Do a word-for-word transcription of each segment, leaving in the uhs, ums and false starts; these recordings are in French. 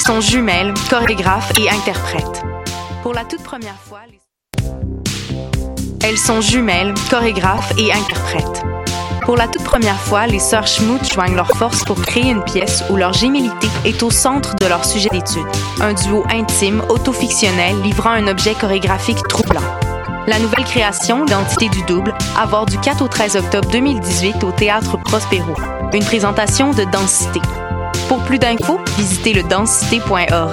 sont jumelles, chorégraphes et interprètes. Pour la toute première fois, les... Elles sont jumelles, chorégraphes et interprètes. Pour la toute première fois, les sœurs Schmout joignent leurs forces pour créer une pièce où leur gémellité est au centre de leur sujet d'étude. Un duo intime, autofictionnel, livrant un objet chorégraphique troublant. La nouvelle création, l'Entité du double, à voir du quatre au treize octobre deux mille dix-huit au Théâtre Prospero. Une présentation de Densité. Pour plus d'infos, visitez le densité point org.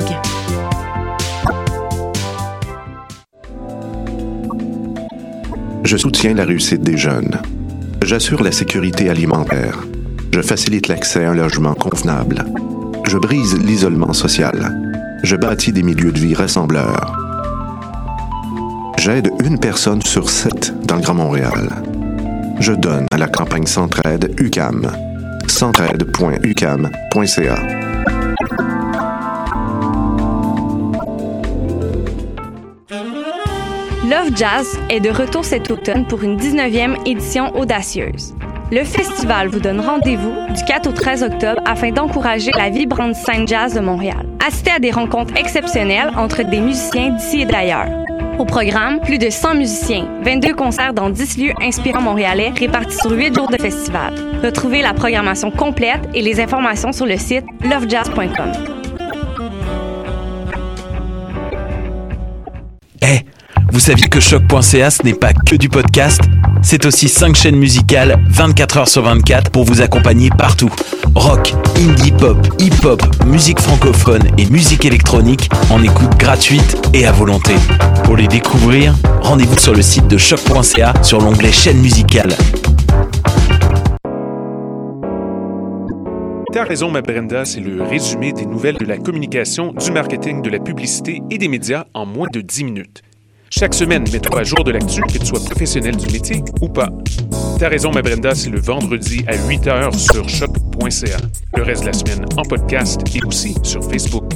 Je soutiens la réussite des jeunes. J'assure la sécurité alimentaire. Je facilite l'accès à un logement convenable. Je brise l'isolement social. Je bâtis des milieux de vie rassembleurs. J'aide une personne sur sept dans le Grand Montréal. Je donne à la campagne Centraide U Q A M. centraide point u q a m point c a. Love Jazz est de retour cet automne pour une dix-neuvième édition audacieuse. Le festival vous donne rendez-vous du quatre au treize octobre afin d'encourager la vibrante scène jazz de Montréal. Assistez à des rencontres exceptionnelles entre des musiciens d'ici et d'ailleurs. Au programme, plus de cent musiciens, vingt-deux concerts dans dix lieux inspirants montréalais répartis sur huit jours de festival. Retrouvez la programmation complète et les informations sur le site love jazz point com. Hey, vous saviez que choc point c a ce n'est pas que du podcast? C'est aussi cinq chaînes musicales vingt-quatre heures sur vingt-quatre pour vous accompagner partout. Rock, indie pop, hip-hop, musique francophone et musique électronique en écoute gratuite et à volonté. Pour les découvrir, rendez-vous sur le site de choc point c a sur l'onglet chaîne musicale. T'as raison, ma Brenda, c'est le résumé des nouvelles de la communication, du marketing, de la publicité et des médias en moins de dix minutes. Chaque semaine, mets-toi à jour de l'actu, que tu sois professionnel du métier ou pas. T'as raison, ma Brenda, c'est le vendredi à huit heures sur choc point c a. Le reste de la semaine en podcast et aussi sur Facebook.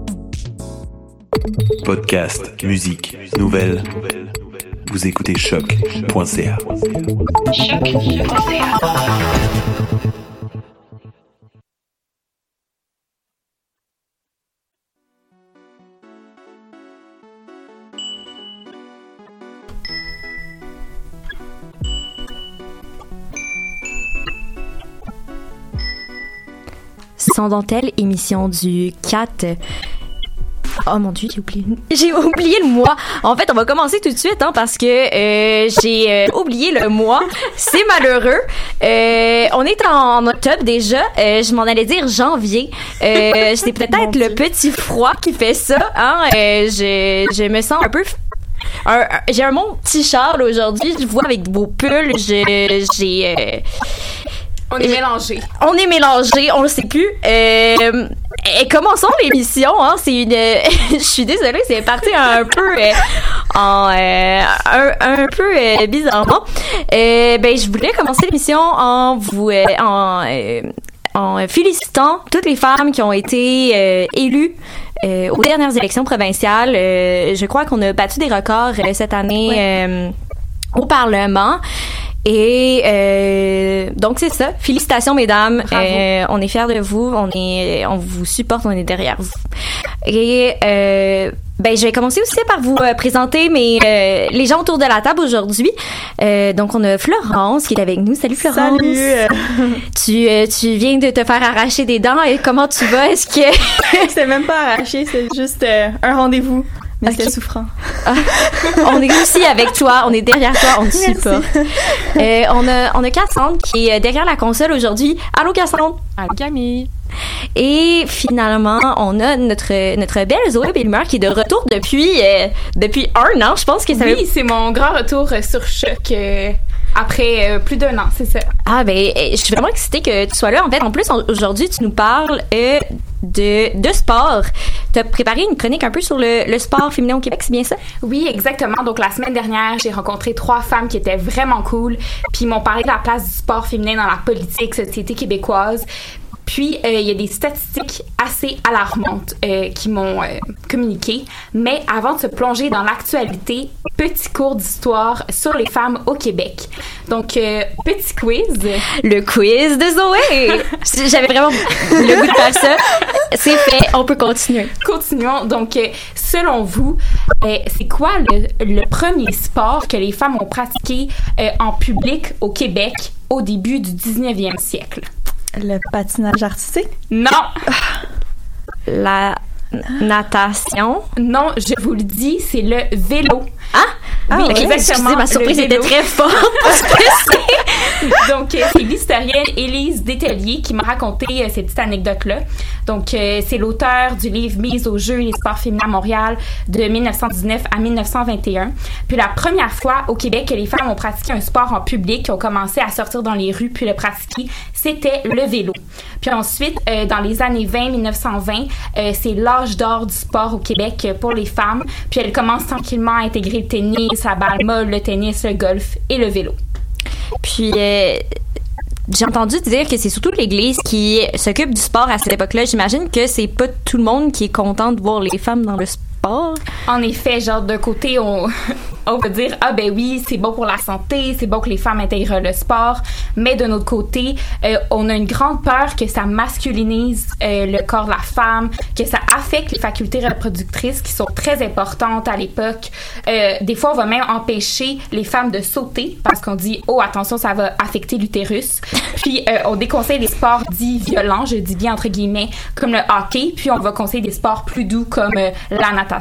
Podcast, musique, nouvelles. Vous écoutez choc point c a. choc point c a. Sans dentelle, émission du quatre. Oh mon Dieu, j'ai oublié. J'ai oublié le mois. En fait, on va commencer tout de suite, hein, parce que euh, j'ai euh, oublié le mois. C'est malheureux. Euh, on est en, en octobre déjà. Euh, je m'en allais dire janvier. Euh, c'est peut-être le petit froid qui fait ça. Hein. Euh, je, je me sens un peu. Un, un, j'ai un mon petit Charles aujourd'hui. Je vois avec vos pulls. Je, j'ai. Euh, On est mélangés. On est mélangés, on le sait plus. Euh, et commençons l'émission, hein. C'est une. Je suis désolée, c'est parti un peu euh, en euh, un, un peu euh, bizarrement. Euh, ben, je voulais commencer l'émission en vous euh, en euh, en félicitant toutes les femmes qui ont été euh, élues. Euh, aux dernières élections provinciales. Euh, je crois qu'on a battu des records euh, cette année ouais. euh, au Parlement. Et euh, donc c'est ça. Félicitations mesdames. Euh, on est fiers de vous. On est, on vous supporte. On est derrière vous. Et euh, ben je vais commencer aussi par vous euh, présenter mes euh, les gens autour de la table aujourd'hui. Euh, donc on a Florence qui est avec nous. Salut Florence. Salut. tu euh, tu viens de te faire arracher des dents. Et comment tu vas? Est-ce que c'est même pas arraché, c'est juste euh, un rendez-vous. Mais okay. C'était souffrant. Ah, on est aussi avec toi, on est derrière toi, on te supporte. Euh, on a, on a Cassandre qui est derrière la console aujourd'hui. Allô Cassandre? Allô Camille? Et finalement, on a notre, notre belle Zoé Bellemare qui est de retour depuis, euh, depuis un an. Je pense que ça Oui, veut... c'est mon grand retour sur Choc euh, après euh, plus d'un an, c'est ça. Ah ben, je suis vraiment excitée que tu sois là. En fait, en plus, on, aujourd'hui, tu nous parles euh, de, de sport. Tu as préparé une chronique un peu sur le, le sport féminin au Québec, c'est bien ça? Oui, exactement. Donc, la semaine dernière, j'ai rencontré trois femmes qui étaient vraiment cool. Puis, ils m'ont parlé de la place du sport féminin dans la politique, société québécoise. Puis, euh, il y a des statistiques assez alarmantes euh, qui m'ont euh, communiqué. Mais avant de se plonger dans l'actualité, petit cours d'histoire sur les femmes au Québec. Donc, euh, petit quiz. Le quiz de Zoé! J'avais vraiment le goût de faire ça. C'est fait, on peut continuer. Continuons. Donc, euh, selon vous, euh, c'est quoi le, le premier sport que les femmes ont pratiqué euh, en public au Québec au début du dix-neuvième siècle? Le patinage artistique? Non! La natation? Non, je vous le dis, c'est le vélo. Ah! Ah oui, okay. exactement. Excusez, ma surprise était très forte. Donc, euh, c'est l'historienne Élise Détellier qui m'a raconté euh, cette petite anecdote-là. Donc, euh, c'est l'auteur du livre Mise au jeu et les sports féminins à Montréal de dix-neuf cent dix-neuf à dix-neuf cent vingt et un. Puis la première fois au Québec que les femmes ont pratiqué un sport en public, qui ont commencé à sortir dans les rues puis le pratiquer, c'était le vélo. Puis ensuite, euh, dans les années vingt, dix-neuf cent vingt, euh, c'est l'âge d'or du sport au Québec pour les femmes. Puis elles commencent tranquillement à intégrer le tennis, la balle molle, le tennis, le golf et le vélo. Puis, euh, j'ai entendu dire que c'est surtout l'Église qui s'occupe du sport à cette époque-là. J'imagine que c'est pas tout le monde qui est content de voir les femmes dans le sport. En effet, genre, d'un côté, on, on peut dire, ah ben oui, c'est bon pour la santé, c'est bon que les femmes intègrent le sport, mais d'un autre côté, euh, on a une grande peur que ça masculinise euh, le corps de la femme, que ça affecte les facultés reproductrices qui sont très importantes à l'époque. Euh, des fois, on va même empêcher les femmes de sauter parce qu'on dit, oh, attention, ça va affecter l'utérus. Puis, euh, on déconseille les sports dits violents, je dis bien entre guillemets, comme le hockey, puis on va conseiller des sports plus doux comme euh, la natation.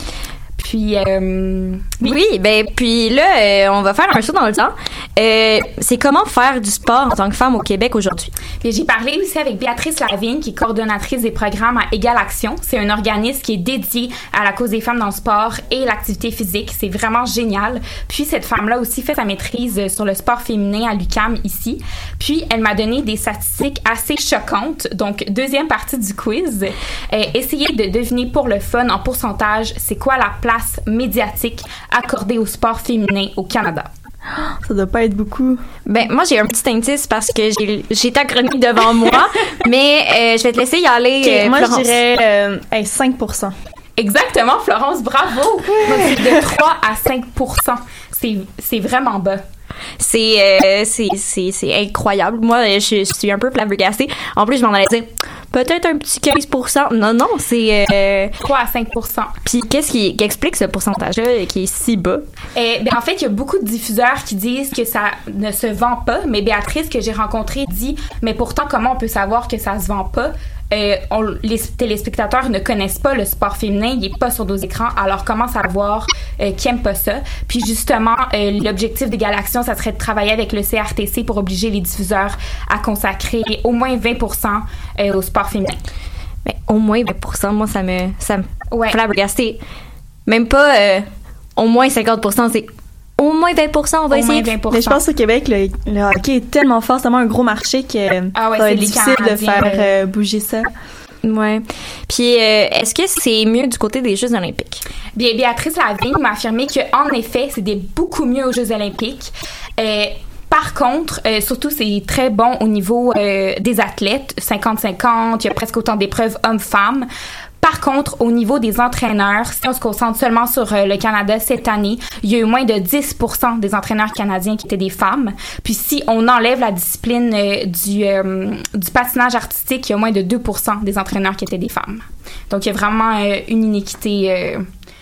Puis, euh, oui. oui, ben, puis là, euh, on va faire un saut dans le temps. Euh, c'est comment faire du sport en tant que femme au Québec aujourd'hui? Puis j'ai parlé aussi avec Béatrice Lavigne, qui est coordonnatrice des programmes à Égale Action. C'est un organisme qui est dédié à la cause des femmes dans le sport et l'activité physique. C'est vraiment génial. Puis cette femme-là aussi fait sa maîtrise sur le sport féminin à l'U Q A M ici. Puis elle m'a donné des statistiques assez choquantes. Donc, deuxième partie du quiz. Euh, essayez de deviner pour le fun, en pourcentage, c'est quoi la place médiatique accordée au sport féminin au Canada. Ça doit pas être beaucoup. Ben, moi, j'ai un petit indice parce que j'ai, j'ai ta chronique devant moi, mais euh, je vais te laisser y aller, okay, euh, moi, Florence. je dirais euh, hey, cinq pour cent. Exactement, Florence, bravo! Donc, c'est de trois à cinq pour cent. C'est, c'est vraiment bas. C'est, euh, c'est, c'est, c'est incroyable. Moi, je, je suis un peu flabbergastée. En plus, je m'en allais dire peut-être un petit quinze pour cent. Non, non, c'est... Euh... trois à cinq pour cent. Puis qu'est-ce qui, qui explique ce pourcentage-là qui est si bas? Eh ben, en fait, il y a beaucoup de diffuseurs qui disent que ça ne se vend pas, mais Béatrice, que j'ai rencontrée, dit « Mais pourtant, comment on peut savoir que ça se vend pas? » Euh, on, les téléspectateurs ne connaissent pas le sport féminin, il n'est pas sur nos écrans, alors comment savoir euh, qui aime pas ça? Puis justement, euh, l'objectif d'Égale Action, ça serait de travailler avec le C R T C pour obliger les diffuseurs à consacrer au moins vingt pour cent euh, au sport féminin. Ben, au moins vingt pour cent, moi, ça me, ça me ouais. flabbergasté. Même pas euh, au moins cinquante pour cent, c'est au moins vingt pour cent, on va au essayer. Moins vingt pour cent. Mais je pense qu'au Québec, le, le hockey est tellement fort, c'est tellement un gros marché que ah ouais, ça va c'est être difficile de faire euh, euh, bouger ça. Ouais. Puis, euh, est-ce que c'est mieux du côté des Jeux olympiques? Bien, Béatrice Lavigne m'a affirmé qu'en effet, c'est des beaucoup mieux aux Jeux olympiques. Euh, Par contre, euh, surtout, c'est très bon au niveau euh, des athlètes, cinquante cinquante, il y a presque autant d'épreuves hommes-femmes. Par contre, au niveau des entraîneurs, si on se concentre seulement sur euh, le Canada cette année, il y a eu moins de dix pour cent des entraîneurs canadiens qui étaient des femmes. Puis si on enlève la discipline euh, du, euh, du patinage artistique, il y a moins de deux pour cent des entraîneurs qui étaient des femmes. Donc, il y a vraiment euh, une inéquité euh,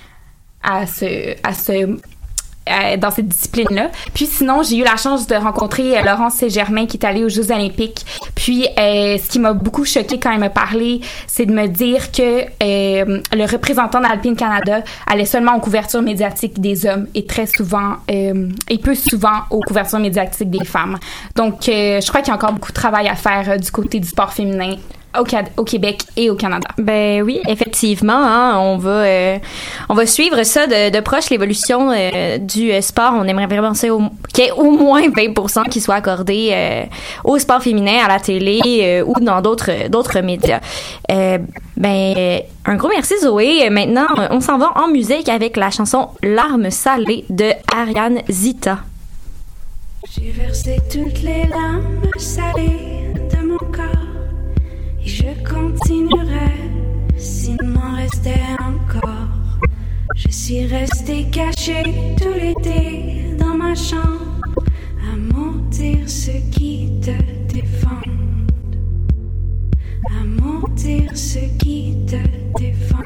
à ce... À ce Euh, dans cette discipline-là. Puis sinon, j'ai eu la chance de rencontrer euh, Laurence Saint-Germain qui est allée aux Jeux olympiques. Puis euh, ce qui m'a beaucoup choquée quand elle m'a parlé, c'est de me dire que euh, le représentant d'Alpine Canada allait seulement aux couvertures médiatiques des hommes et très souvent, euh, et peu souvent aux couvertures médiatiques des femmes. Donc, euh, je crois qu'il y a encore beaucoup de travail à faire euh, du côté du sport féminin Au, au Québec et au Canada. Ben oui, effectivement, hein, on va euh, on va suivre ça de, de proche, l'évolution euh, du euh, sport. On aimerait vraiment ça au, qu'il y ait au moins vingt pour cent qui soit accordé euh, au sport féminin à la télé euh, ou dans d'autres d'autres médias. Euh, ben un gros merci Zoé. Maintenant, on s'en va en musique avec la chanson Larmes salées de Ariane Zita. J'ai versé toutes les larmes salées de mon corps Et je continuerai s'il m'en restait encore. Je suis restée cachée tout l'été dans ma chambre à mentir ceux qui te défendent, à mentir ceux qui te défendent.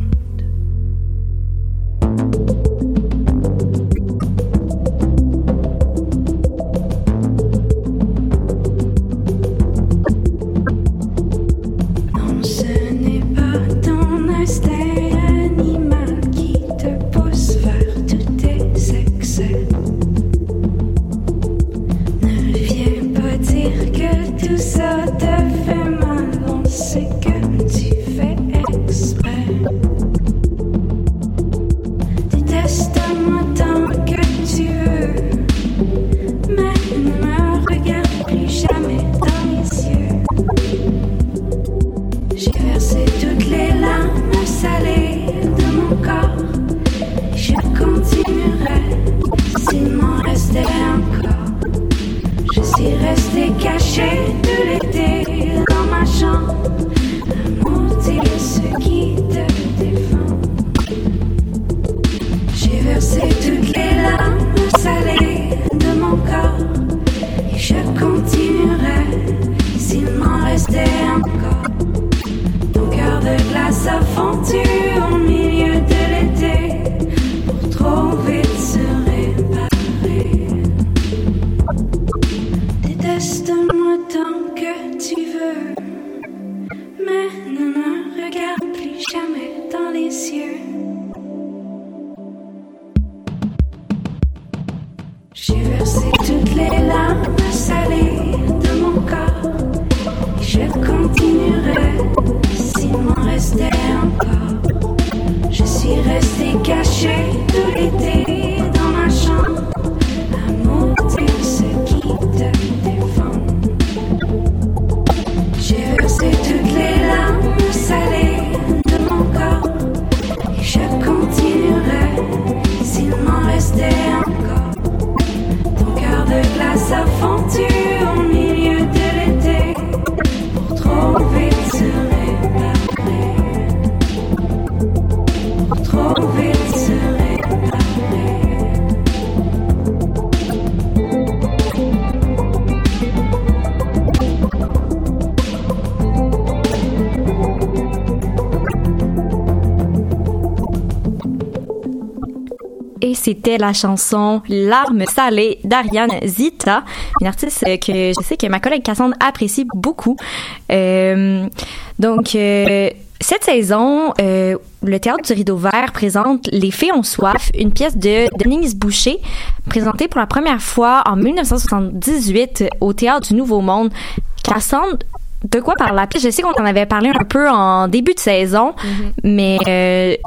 C'était la chanson Larmes salées d'Ariane Zita, une artiste que je sais que ma collègue Cassandre apprécie beaucoup. Euh, donc, euh, cette saison, euh, le Théâtre du Rideau Vert présente Les Fées ont soif, une pièce de Denise Boucher, présentée pour la première fois en dix-neuf cent soixante-dix-huit au Théâtre du Nouveau Monde. Cassandre, de quoi parle la pièce? Je sais qu'on en avait parlé un peu en début de saison, mm-hmm. mais... Euh,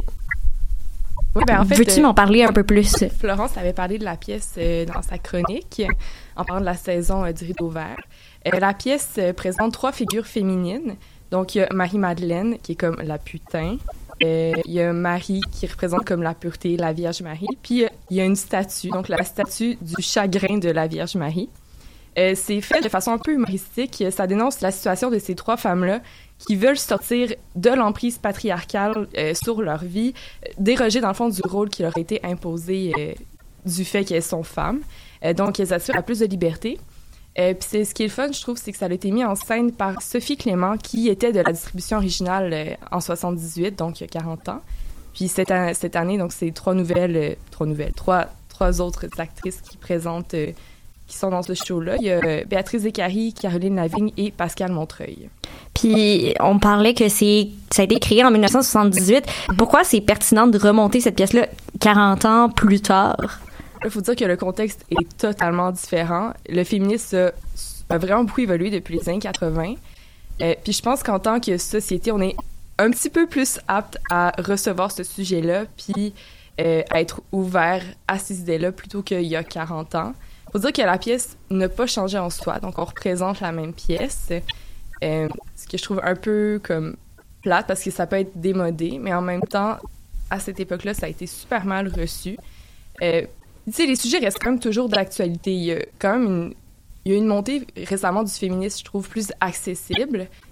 Oui, ben en fait, veux-tu m'en parler un peu plus? Florence avait parlé de la pièce euh, dans sa chronique, en parlant de la saison euh, du Rideau Vert. Euh, la pièce euh, présente trois figures féminines. Donc, il y a Marie-Madeleine, qui est comme la putain. Euh, il y a Marie, qui représente comme la pureté, la Vierge Marie. Puis, euh, il y a une statue, donc la statue du chagrin de la Vierge Marie. Euh, c'est fait de façon un peu humoristique. Ça dénonce la situation de ces trois femmes-là qui veulent sortir de l'emprise patriarcale euh, sur leur vie, euh, déroger dans le fond du rôle qui leur a été imposé euh, du fait qu'elles sont femmes. Euh, donc, elles aspirent à plus de liberté. Euh, Puis c'est ce qui est le fun, je trouve, c'est que ça a été mis en scène par Sophie Clément, qui était de la distribution originale euh, en soixante-dix-huit, donc il y a quarante ans. Puis cette, an- cette année, donc c'est trois nouvelles, euh, trois nouvelles, trois, trois autres actrices qui présentent, euh, qui sont dans ce show-là. Il y a euh, Béatrice Descaries, Caroline Lavigne et Pascal Montreuil. Puis on parlait que c'est ça a été créé en dix-neuf cent soixante-dix-huit. Pourquoi c'est pertinent de remonter cette pièce-là quarante ans plus tard? Il faut dire que le contexte est totalement différent. Le féminisme a, a vraiment beaucoup évolué depuis les années quatre-vingts. Euh, puis je pense qu'en tant que société, on est un petit peu plus apte à recevoir ce sujet-là, puis euh, à être ouvert à ces idées-là plutôt qu'il y a quarante ans. Il faut dire que la pièce n'a pas changé en soi, donc on représente la même pièce. Euh, ce que je trouve un peu comme plate parce que ça peut être démodé, mais en même temps, à cette époque-là, ça a été super mal reçu. Euh, tu sais, les sujets restent quand même toujours d'actualité. Il y a quand même une, il y a une montée récemment du féminisme, je trouve, plus accessible.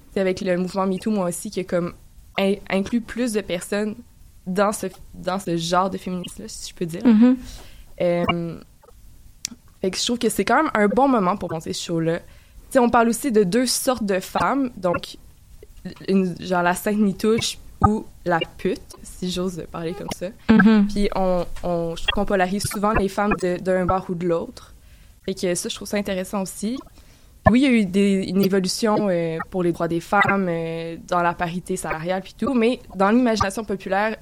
c'est avec le mouvement MeToo, moi aussi, qui a comme in- inclut plus de personnes dans ce, dans ce genre de féminisme-là, si je peux dire. Mm-hmm. Euh, fait que je trouve que c'est quand même un bon moment pour monter ce show-là. T'sais, on parle aussi de deux sortes de femmes, donc une, genre la sainte nitouche ou la pute, si j'ose parler comme ça. Mm-hmm. Puis on, on, je trouve qu'on polarise souvent les femmes de, d'un bord ou de l'autre. Fait que ça, je trouve ça intéressant aussi. Oui, il y a eu des, une évolution euh, pour les droits des femmes, euh, dans la parité salariale puis tout, mais dans l'imagination populaire,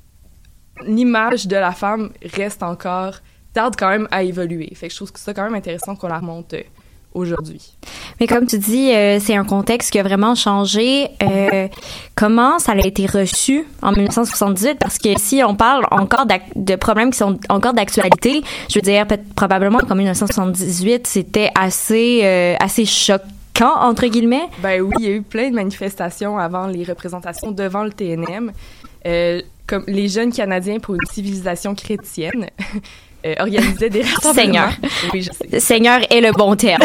l'image de la femme reste encore, tarde quand même à évoluer. Fait que je trouve que c'est quand même intéressant qu'on la remonte euh, aujourd'hui. Mais comme tu dis, euh, c'est un contexte qui a vraiment changé. Euh, comment ça a été reçu en dix-neuf cent soixante-dix-huit? Parce que si on parle encore de problèmes qui sont encore d'actualité, je veux dire, peut-être probablement qu'en dix-neuf cent soixante-dix-huit, c'était assez, euh, assez choquant, entre guillemets. Ben oui, il y a eu plein de manifestations avant les représentations devant le T N M. Euh, comme les Jeunes Canadiens pour une civilisation chrétienne euh, organisaient des rassemblements. Seigneur. Oui, je sais. Seigneur est le bon terme.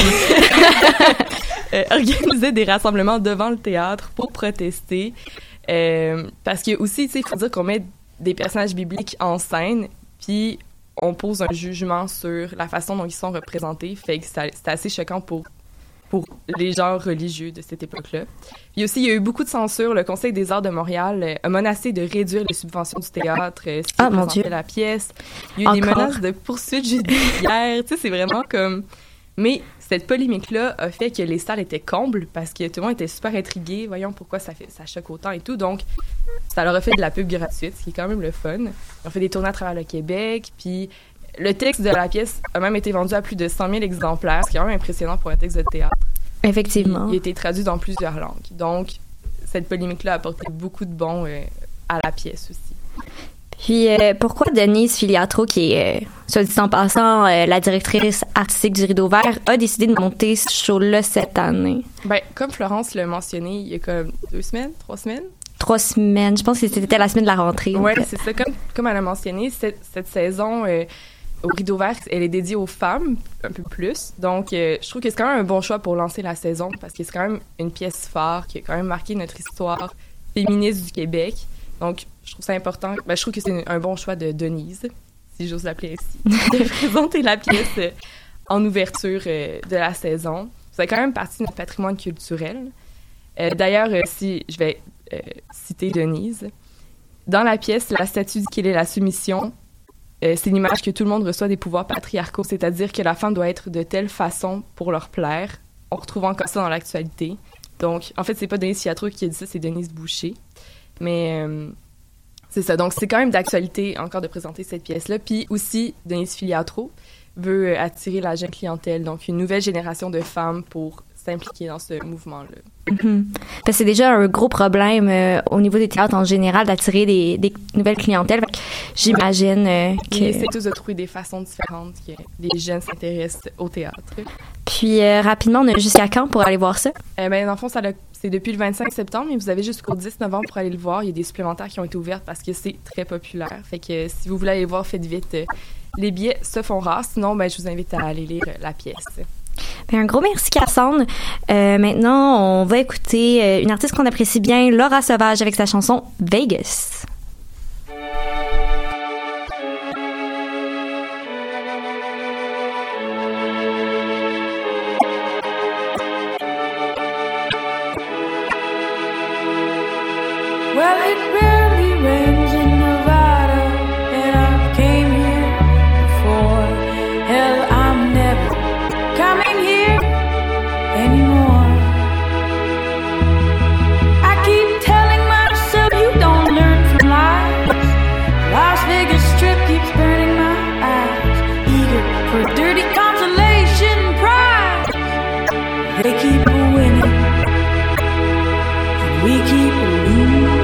euh, organisaient des rassemblements devant le théâtre pour protester. Euh, parce que aussi, tu sais, il faut dire qu'on met des personnages bibliques en scène, puis on pose un jugement sur la façon dont ils sont représentés. Fait que ça, c'est assez choquant pour pour les genres religieux de cette époque-là. Puis aussi, il y a eu beaucoup de censure. Le Conseil des arts de Montréal euh, a menacé de réduire les subventions du théâtre euh, si ah, on mon Dieu. la pièce. Il y a eu Encore? des menaces de poursuites judiciaires. Tu sais, c'est vraiment comme... Mais cette polémique-là a fait que les salles étaient combles parce que tout le monde était super intrigué. Voyons pourquoi ça, fait, ça choque autant et tout. Donc, ça leur a fait de la pub gratuite, ce qui est quand même le fun. Ils ont fait des tournées à travers le Québec, puis... Le texte de la pièce a même été vendu à plus de cent mille exemplaires, ce qui est quand même impressionnant pour un texte de théâtre. Effectivement. Il, il a été traduit dans plusieurs langues. Donc, cette polémique-là a apporté beaucoup de bons euh, à la pièce aussi. Puis, euh, pourquoi Denise Filiatro, qui est, euh, soit dit en passant, euh, la directrice artistique du Rideau Vert, a décidé de monter ce show-là cette année? Ben, comme Florence l'a mentionné il y a comme deux semaines, trois semaines? Trois semaines. Je pense que c'était la semaine de la rentrée. Oui, c'est ça. Comme, comme elle a mentionné, cette, cette saison... Euh, au Rideau Vert, elle est dédiée aux femmes, un peu plus. Donc, euh, je trouve que c'est quand même un bon choix pour lancer la saison parce que c'est quand même une pièce phare qui a quand même marqué notre histoire féministe du Québec. Donc, je trouve ça important. Ben, je trouve que c'est un bon choix de Denise, si j'ose l'appeler ainsi, de présenter la pièce euh, en ouverture euh, de la saison. C'est quand même partie de notre patrimoine culturel. Euh, d'ailleurs, euh, si je vais euh, citer Denise, dans la pièce, la statue dit qu'elle est la soumission. Euh, c'est l'image que tout le monde reçoit des pouvoirs patriarcaux, c'est-à-dire que la femme doit être de telle façon pour leur plaire. On retrouve encore ça dans l'actualité. Donc, en fait, c'est pas Denise Filiatro qui a dit ça, c'est Denise Boucher. Mais euh, c'est ça. Donc, c'est quand même d'actualité encore de présenter cette pièce-là. Puis aussi, Denise Filiatro veut attirer la jeune clientèle, donc une nouvelle génération de femmes pour s'impliquer dans ce mouvement-là. Mm-hmm. Parce que c'est déjà un gros problème euh, au niveau des théâtres en général d'attirer des, des nouvelles clientèles. Fait que j'imagine euh, que... Ils essaient tous de trouver des façons différentes que les jeunes s'intéressent au théâtre. Puis euh, rapidement, on a jusqu'à quand pour aller voir ça? Euh, ben, dans le fond, ça l'a, c'est depuis le vingt-cinq septembre, mais vous avez jusqu'au dix novembre pour aller le voir. Il y a des supplémentaires qui ont été ouverts parce que c'est très populaire. Fait que euh, si vous voulez aller le voir, faites vite. Euh, les billets se font rares. Sinon, ben, je vous invite à aller lire euh, la pièce. Bien, un gros merci, Cassandre. Euh, maintenant, on va écouter euh, une artiste qu'on apprécie bien, Laura Sauvage, avec sa chanson Vegas. Well, it rarely rains in Nevada, and I came here before. Hell, I'm never coming here anymore. I keep telling myself you don't learn from lies. Las Vegas Strip keeps burning my eyes, eager for dirty consolation prize. They keep winning, and we keep losing.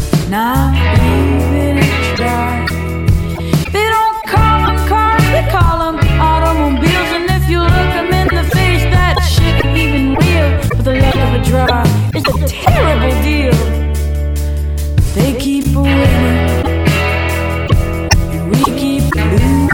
Not even a try. They don't call them cars, they call a terrible deal. They keep winning, and we keep losing.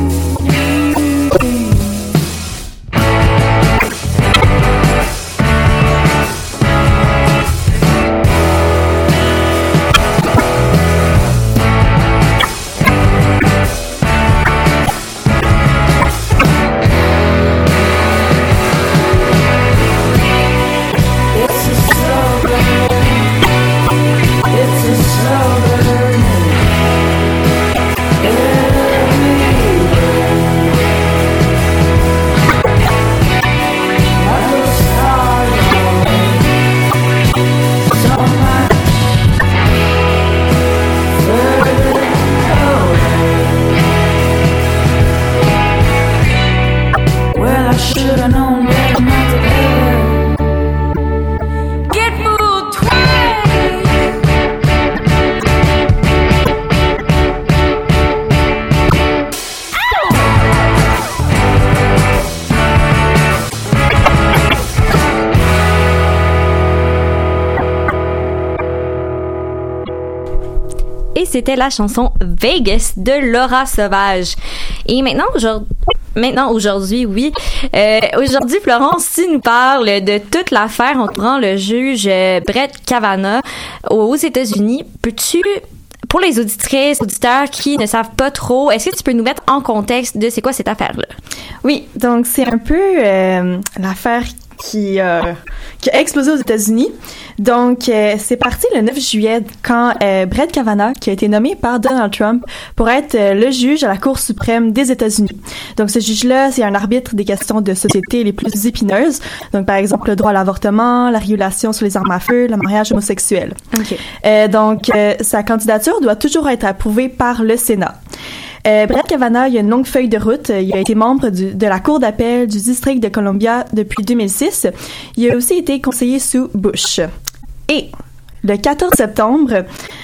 C'était la chanson Vegas de Laura Sauvage. Et maintenant, aujourd'hui, maintenant, aujourd'hui, oui. Euh, aujourd'hui, Florence, tu nous parles de toute l'affaire entourant le juge Brett Kavanaugh aux États-Unis. Peux-tu, pour les auditrices, auditeurs qui ne savent pas trop, est-ce que tu peux nous mettre en contexte de c'est quoi cette affaire-là? Oui, donc c'est un peu euh, l'affaire qui, euh, qui a explosé aux États-Unis. Donc, euh, c'est parti le neuf juillet quand euh, Brett Kavanaugh, qui a été nommé par Donald Trump pour être euh, le juge à la Cour suprême des États-Unis. Donc, ce juge-là, c'est un arbitre des questions de société les plus épineuses. Donc, par exemple, le droit à l'avortement, la régulation sur les armes à feu, le mariage homosexuel. Okay. Euh, donc, euh, sa candidature doit toujours être approuvée par le Sénat. Euh, Brett Kavanaugh, il a une longue feuille de route. Il a été membre du, de la Cour d'appel du district de Columbia depuis deux mille six. Il a aussi été conseiller sous Bush. Et le quatorze septembre,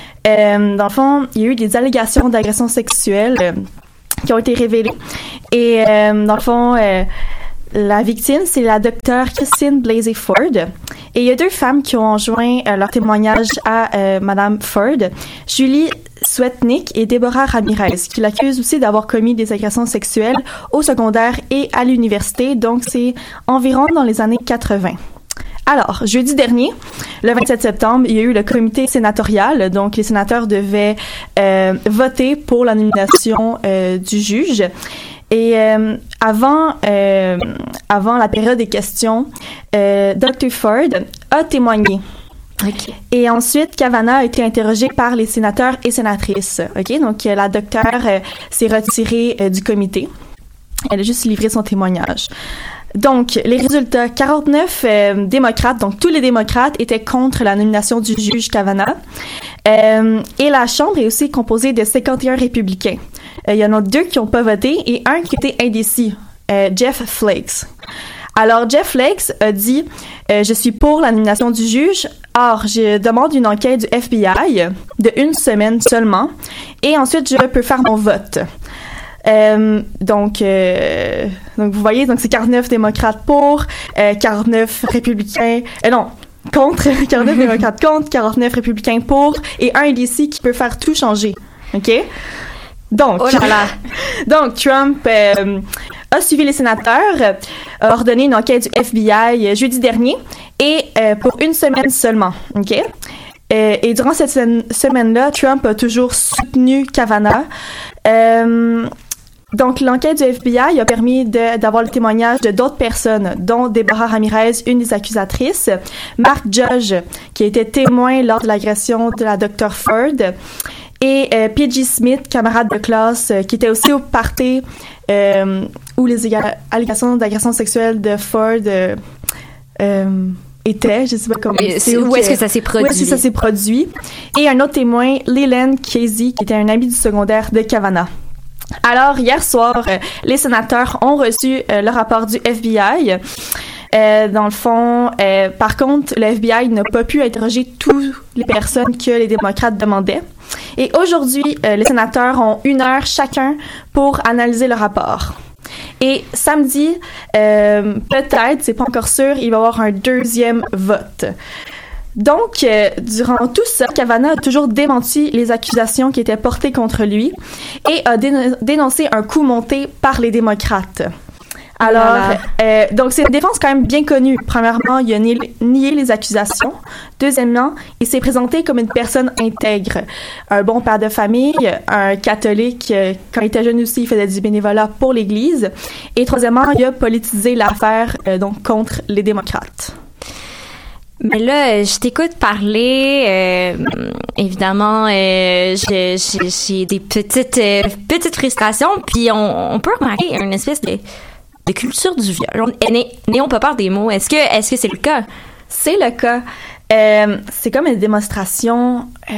euh, dans le fond, il y a eu des allégations d'agression sexuelle euh, qui ont été révélées. Et euh, dans le fond, euh, la victime, c'est la docteure Christine Blasey Ford. Et il y a deux femmes qui ont joint euh, leur témoignage à euh, Madame Ford, Julie Swetnick et Deborah Ramirez, qui l'accusent aussi d'avoir commis des agressions sexuelles au secondaire et à l'université. Donc, c'est environ dans les années quatre-vingts. Alors, jeudi dernier, le vingt-sept septembre, il y a eu le comité sénatorial. Donc, les sénateurs devaient euh, voter pour la nomination euh, du juge. Et euh, avant, euh, avant la période des questions, euh, docteur Ford a témoigné. Okay. Et ensuite, Kavanaugh a été interrogé par les sénateurs et sénatrices. Ok, donc la docteure euh, s'est retirée euh, du comité. Elle a juste livré son témoignage. Donc, les résultats, quarante-neuf euh, démocrates, donc tous les démocrates étaient contre la nomination du juge Kavanaugh. Euh, et la Chambre est aussi composée de cinquante et un républicains. Euh, il y en a deux qui n'ont pas voté et un qui était indécis, euh, Jeff Flakes. Alors, Jeff Flakes a dit euh, « Je suis pour la nomination du juge. Or, je demande une enquête du F B I de une semaine seulement et ensuite, je peux faire mon vote. » Euh, donc, euh, donc, vous voyez, donc c'est quarante-neuf démocrates pour, euh, quarante-neuf républicains, euh, non, contre, quarante-neuf démocrates contre, quarante-neuf républicains pour, et un indécis qui peut faire tout changer. OK? Donc, oh là là. donc Trump euh, a suivi les sénateurs, a ordonné une enquête du F B I jeudi dernier, et euh, pour une semaine seulement. OK? Euh, et durant cette semaine-là, Trump a toujours soutenu Kavanaugh. Euh, Donc, l'enquête du F B I a permis de, d'avoir le témoignage de d'autres personnes, dont Deborah Ramirez, une des accusatrices, Mark Judge, qui était témoin lors de l'agression de la docteure Ford, et euh, P J Smith, camarade de classe, euh, qui était aussi au party euh, où les éga- allégations d'agression sexuelle de Ford euh, euh, étaient. Je sais pas comment. Et c'est, où est-ce que ça s'est produit? Où est-ce que ça s'est produit? Et un autre témoin, Leland Casey, qui était un ami du secondaire de Kavanaugh. Alors, hier soir, euh, les sénateurs ont reçu euh, le rapport du F B I. Euh, dans le fond, euh, par contre, le F B I n'a pas pu interroger toutes les personnes que les démocrates demandaient. Et aujourd'hui, euh, les sénateurs ont une heure chacun pour analyser le rapport. Et samedi, euh, peut-être, c'est pas encore sûr, il va y avoir un deuxième vote. Donc, euh, durant tout ça, Kavanaugh a toujours démenti les accusations qui étaient portées contre lui et a déno- dénoncé un coup monté par les démocrates. Alors, Voilà. euh, donc c'est une défense quand même bien connue. Premièrement, il a nié, nié les accusations. Deuxièmement, il s'est présenté comme une personne intègre, un bon père de famille, un catholique. euh, Quand il était jeune aussi, il faisait du bénévolat pour l'Église. Et troisièmement, il a politisé l'affaire euh, donc contre les démocrates. Mais là, je t'écoute parler. Euh, évidemment, euh, j'ai, j'ai, j'ai des petites, euh, petites frustrations. Puis on, on peut remarquer une espèce de, de culture du viol. On, n'ay- n'ayons pas peur des mots. Est-ce que, est-ce que c'est le cas? C'est le cas. Euh, c'est comme une démonstration, euh,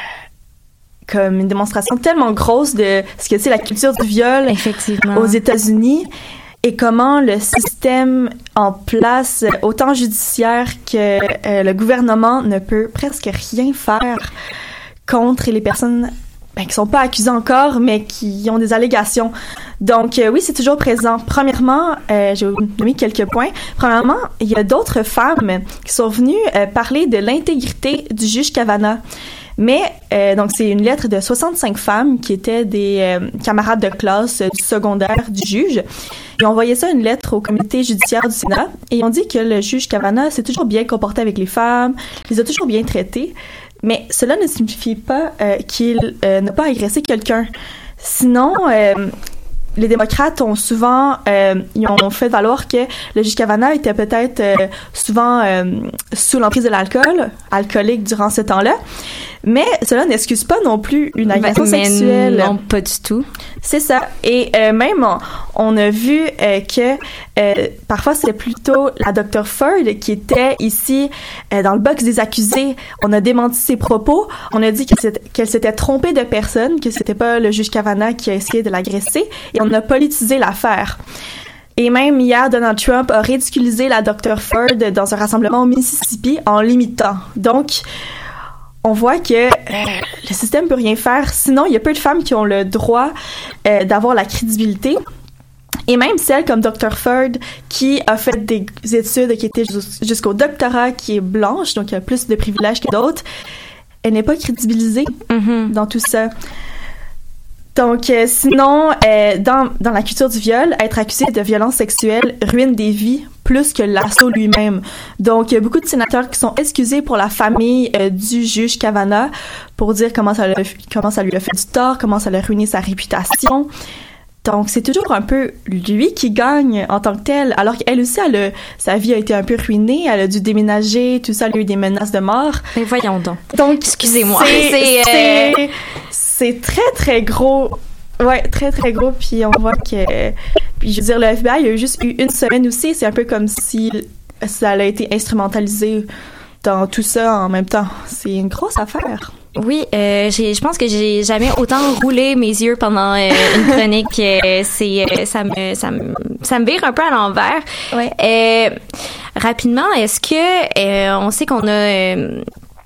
comme une démonstration tellement grosse de ce que c'est la culture du viol Effectivement. aux États-Unis et comment le système en place, autant judiciaire que euh, le gouvernement, ne peut presque rien faire contre les personnes ben, qui sont pas accusées encore, mais qui ont des allégations. Donc euh, oui, c'est toujours présent. Premièrement, euh, j'ai nommé quelques points. Premièrement, il y a d'autres femmes qui sont venues euh, parler de l'intégrité du juge Kavanaugh. Mais, euh, donc, c'est une lettre de soixante-cinq femmes qui étaient des euh, camarades de classe euh, du secondaire du juge. Ils ont envoyé ça, une lettre au comité judiciaire du Sénat, et ils ont dit que le juge Kavanaugh s'est toujours bien comporté avec les femmes, les a toujours bien traitées. Mais cela ne signifie pas euh, qu'il euh, n'a pas agressé quelqu'un. Sinon, euh, les démocrates ont souvent, euh, ils ont fait valoir que le juge Kavanaugh était peut-être euh, souvent euh, sous l'emprise de l'alcool, alcoolique durant ce temps-là. Mais cela n'excuse pas non plus une agression Mais sexuelle. non, pas du tout. C'est ça. Et euh, même, on, on a vu euh, que euh, parfois, c'est plutôt la docteur Ford qui était ici euh, dans le box des accusés. On a démenti ses propos. On a dit que c'était- qu'elle s'était trompée de personne, que c'était pas le juge Kavanaugh qui a essayé de l'agresser. Et on a politisé l'affaire. Et même hier, Donald Trump a ridiculisé la docteur Ford dans un rassemblement au Mississippi en l'imitant. Donc, on voit que euh, le système peut rien faire. Sinon, il y a peu de femmes qui ont le droit euh, d'avoir la crédibilité. Et même celle comme docteur Ford, qui a fait des études qui étaient jus- jusqu'au doctorat, qui est blanche, donc qui a plus de privilèges que d'autres, elle n'est pas crédibilisée Mm-hmm. dans tout ça. Donc, euh, sinon, euh, dans, dans la culture du viol, être accusé de violence sexuelle ruine des vies plus que l'assaut lui-même. Donc, il y a beaucoup de sénateurs qui sont excusés pour la famille euh, du juge Kavanaugh pour dire comment ça, l'a- comment ça lui a fait du tort, comment ça l'a ruiné sa réputation. Donc, c'est toujours un peu lui qui gagne en tant que tel, alors qu'elle aussi, elle a- sa vie a été un peu ruinée, elle a dû déménager, tout ça, elle a eu des menaces de mort. Mais voyons donc. Donc, Excusez-moi. c'est, C'est, euh, c'est, c'est très, très gros. Ouais, très, très gros. Puis on voit que... Puis je veux dire, le F B I, il y a eu juste eu une semaine aussi. C'est un peu comme si ça a été instrumentalisé dans tout ça en même temps. C'est une grosse affaire. Oui, euh, j'ai, je pense que j'ai jamais autant roulé mes yeux pendant euh, une chronique. Euh, c'est, euh, ça me, ça me, ça me vire un peu à l'envers. Ouais. Euh, rapidement, est-ce que euh, on sait qu'on a, euh,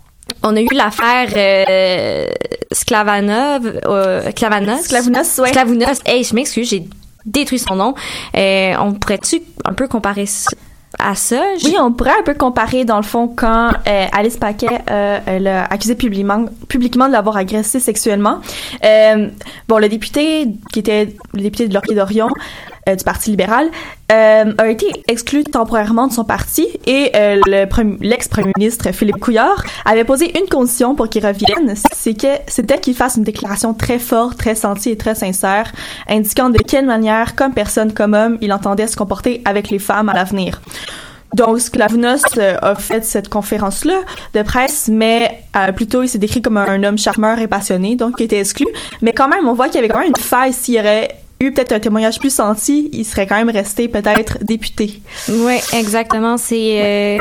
on a eu l'affaire euh, Sklavanov, euh, Sklavanos, Sklavounos, ouais. Sklavounos. Hey, je m'excuse, j'ai détruit son nom. Euh, on pourrait-tu un peu comparer ça à ça? Oui, on pourrait un peu comparer, dans le fond, quand euh, Alice Paquet euh, elle a accusé publiquement, publiquement de l'avoir agressé sexuellement. Euh, bon, le député, qui était le député de Laurier-Dorion, euh, du Parti libéral, euh, a été exclu temporairement de son parti et euh, le premi- l'ex-premier ministre Philippe Couillard avait posé une condition pour qu'il revienne, c'est que c'était qu'il fasse une déclaration très forte, très sentie et très sincère, indiquant de quelle manière, comme personne, comme homme, il entendait se comporter avec les femmes à l'avenir. Donc, Sklavounos euh, a fait cette conférence-là de presse, mais euh, plutôt, il s'est décrit comme un homme charmeur et passionné, donc il était exclu. Mais quand même, on voit qu'il y avait quand même une faille. S'il y aurait eu peut-être un témoignage plus senti, il serait quand même resté peut-être député. Oui, exactement. C'est euh,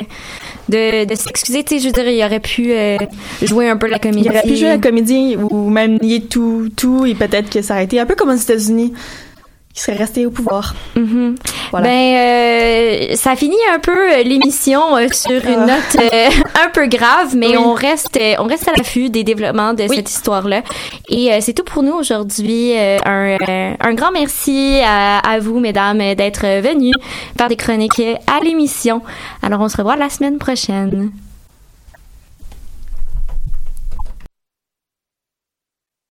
de, de s'excuser. Tu sais, je veux dire, il aurait pu euh, jouer un peu la comédie. Il aurait pu jouer la comédie ou même nier tout, tout, et peut-être que ça aurait été un peu comme aux États-Unis. qui serait resté au pouvoir. Mm-hmm. Voilà. Ben, euh, ça finit un peu euh, l'émission euh, sur une Ah. note euh, un peu grave, mais Oui. on reste, euh, on reste à l'affût des développements de Oui. cette histoire-là. Et euh, c'est tout pour nous aujourd'hui. Euh, un, euh, un grand merci à, à vous, mesdames, d'être venues faire des chroniques à l'émission. Alors, on se revoit la semaine prochaine.